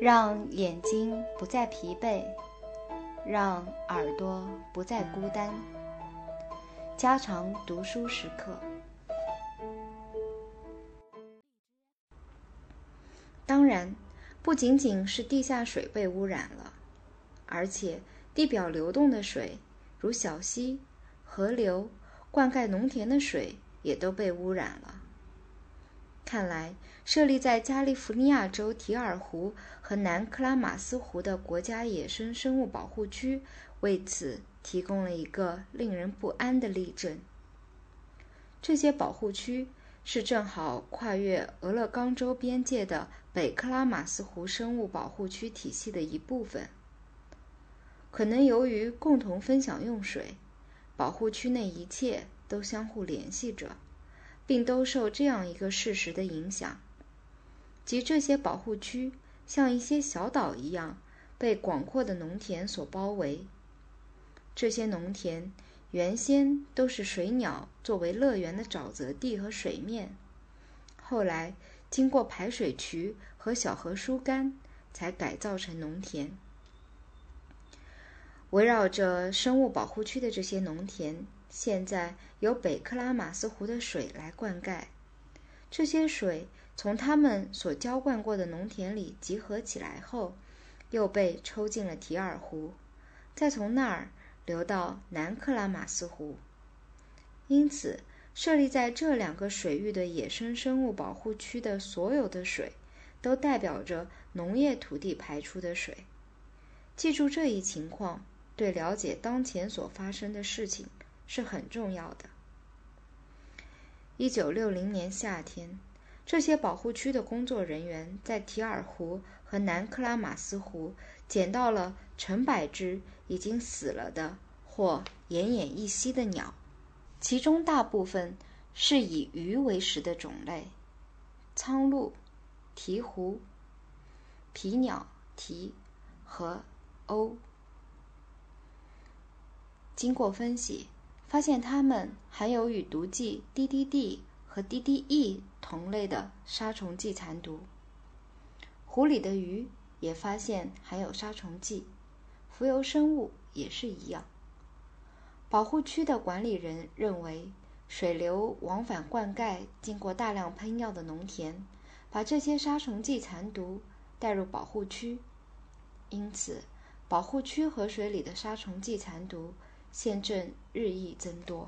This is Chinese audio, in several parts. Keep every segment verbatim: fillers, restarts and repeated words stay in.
让眼睛不再疲惫，让耳朵不再孤单。家常读书时刻。当然，不仅仅是地下水被污染了，而且地表流动的水，如小溪、河流、灌溉农田的水也都被污染了。看来，设立在加利福尼亚州提尔湖和南克拉马斯湖的国家野生生物保护区为此提供了一个令人不安的例证。这些保护区是正好跨越俄勒冈州边界的北克拉马斯湖生物保护区体系的一部分。可能由于共同分享用水，保护区内一切都相互联系着，并都受这样一个事实的影响，即这些保护区像一些小岛一样被广阔的农田所包围。这些农田原先都是水鸟作为乐园的沼泽地和水面，后来经过排水渠和小河疏干，才改造成农田。围绕着生物保护区的这些农田，现在由北克拉马斯湖的水来灌溉。这些水从他们所浇灌过的农田里集合起来后，又被抽进了提尔湖，再从那儿流到南克拉马斯湖。因此，设立在这两个水域的野生生物保护区的所有的水，都代表着农业土地排出的水。记住这一情况，对了解当前所发生的事情是很重要的。一九六零年夏天，这些保护区的工作人员在提尔湖和南克拉马斯湖捡到了成百只已经死了的或奄奄一息的鸟，其中大部分是以鱼为食的种类：苍鹭、鹈鹕、皮鸟、鹈和鸥。经过分析，发现它们含有与毒剂 D D D 和 D D E 同类的杀虫剂残毒。湖里的鱼也发现含有杀虫剂，浮游生物也是一样。保护区的管理人认为，水流往返灌溉经过大量喷药的农田，把这些杀虫剂残毒带入保护区，因此保护区河水里的杀虫剂残毒现正日益增多。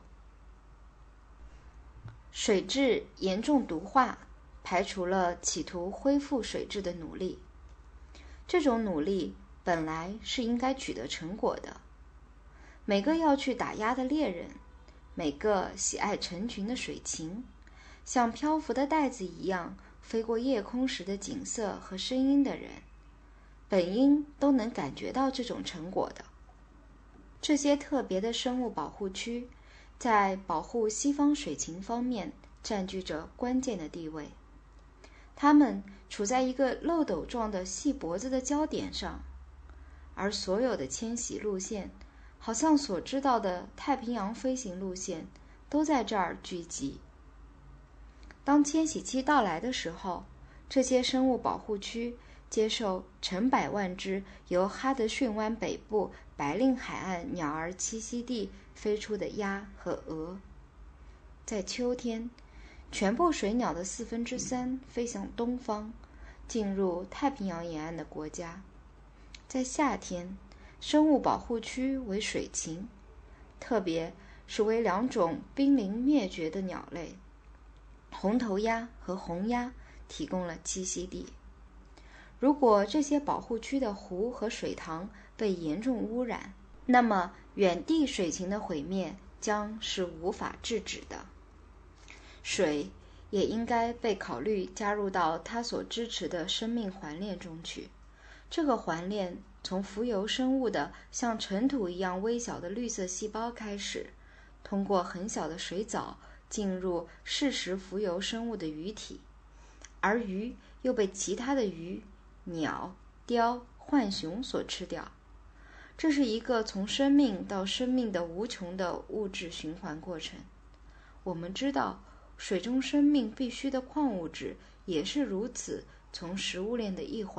水质严重毒化排除了企图恢复水质的努力。这种努力本来是应该取得成果的。每个要去打鸭的猎人，每个喜爱成群的水禽，像漂浮的带子一样飞过夜空时的景色和声音的人，本应都能感觉到这种成果的。这些特别的生物保护区在保护西方水禽方面占据着关键的地位。它们处在一个漏斗状的细脖子的焦点上，而所有的迁徙路线，好像所知道的太平洋飞行路线，都在这儿聚集。当迁徙期到来的时候，这些生物保护区接受成百万只由哈德逊湾北部白令海岸鸟儿栖息地飞出的鸭和鹅。在秋天，全部水鸟的四分之三飞向东方，进入太平洋沿岸的国家。在夏天，生物保护区为水禽，特别是为两种濒临灭绝的鸟类红头鸭和红鸭提供了栖息地。如果这些保护区的湖和水塘被严重污染，那么远地水禽的毁灭将是无法制止的。水也应该被考虑加入到它所支持的生命环链中去。这个环链从浮游生物的像尘土一样微小的绿色细胞开始，通过很小的水藻进入适时浮游生物的鱼体，而鱼又被其他的鱼、鸟、雕、浣熊所吃掉。这是一个从生命到生命的无穷的物质循环过程。我们知道，水中生命必需的矿物质也是如此从食物链的一环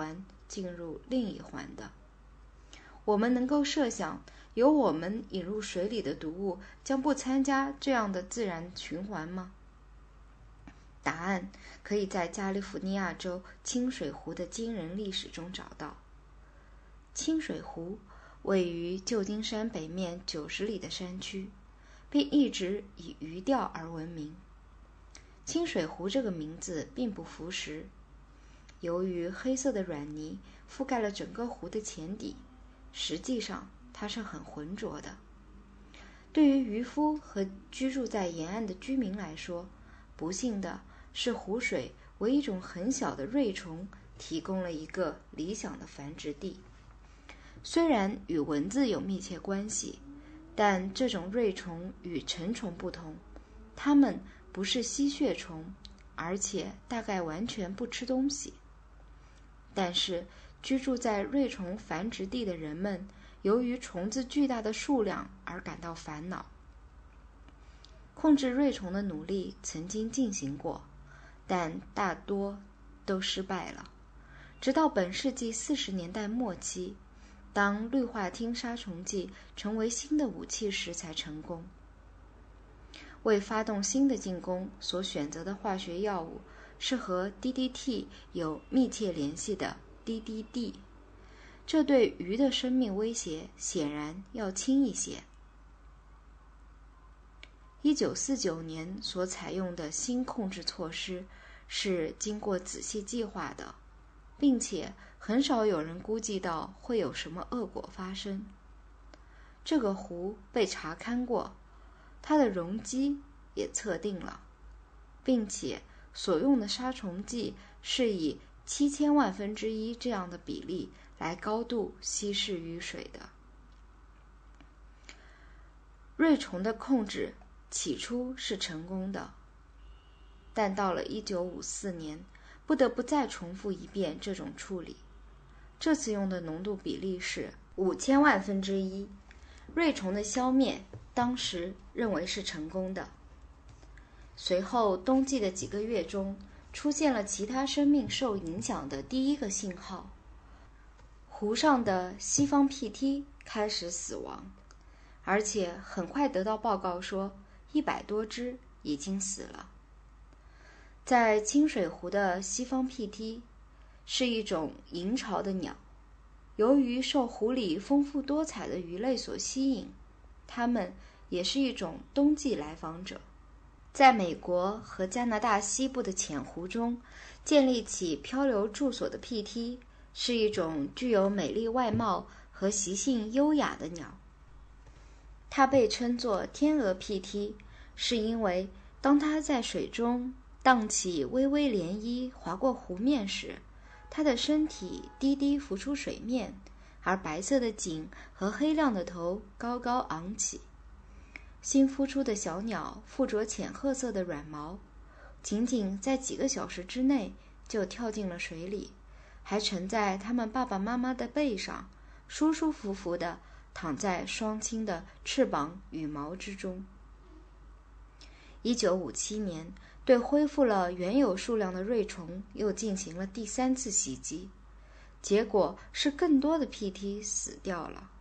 进入另一环的。我们能够设想，由我们引入水里的毒物将不参加这样的自然循环吗？答案可以在加利福尼亚州清水湖的惊人历史中找到。清水湖位于旧金山北面九十里的山区，并一直以鱼钓而闻名。清水湖这个名字并不符实，由于黑色的软泥覆盖了整个湖的浅底，实际上它是很浑浊的。对于渔夫和居住在沿岸的居民来说，不幸的是湖水为一种很小的瑞虫提供了一个理想的繁殖地。虽然与蚊子有密切关系，但这种瑞虫与成虫不同，它们不是吸血虫，而且大概完全不吃东西。但是居住在瑞虫繁殖地的人们由于虫子巨大的数量而感到烦恼。控制瑞虫的努力曾经进行过，但大多都失败了。直到本世纪四十年代末期，当氯化烃杀虫剂成为新的武器时才成功。为发动新的进攻所选择的化学药物是和 D D T 有密切联系的 D D D， 这对鱼的生命威胁显然要轻一些。一九四九年所采用的新控制措施是经过仔细计划的，并且很少有人估计到会有什么恶果发生。这个湖被查勘过，它的容积也测定了，并且所用的杀虫剂是以七千万分之一这样的比例来高度稀释雨水的。瑞虫的控制起初是成功的，但到了一九五四年，不得不再重复一遍这种处理。这次用的浓度比例是五千万分之一。瑞虫的消灭当时认为是成功的。随后冬季的几个月中，出现了其他生命受影响的第一个信号。湖上的西方屁踢开始死亡，而且很快得到报告说一百多只已经死了。在清水湖的西方屁踢是一种银巢的鸟，由于受湖里丰富多彩的鱼类所吸引，它们也是一种冬季来访者。在美国和加拿大西部的浅湖中建立起漂流住所的屁踢是一种具有美丽外貌和习性优雅的鸟。它被称作天鹅屁踢，是因为当它在水中荡起微微涟漪划过湖面时，它的身体低低浮出水面，而白色的颈和黑亮的头高高昂起。新孵出的小鸟附着浅褐色的软毛，仅仅在几个小时之内就跳进了水里，还沉在它们爸爸妈妈的背上，舒舒服服地躺在双亲的翅膀羽毛之中。一九五七年，对恢复了原有数量的瑞虫又进行了第三次袭击，结果是更多的屁踢死掉了。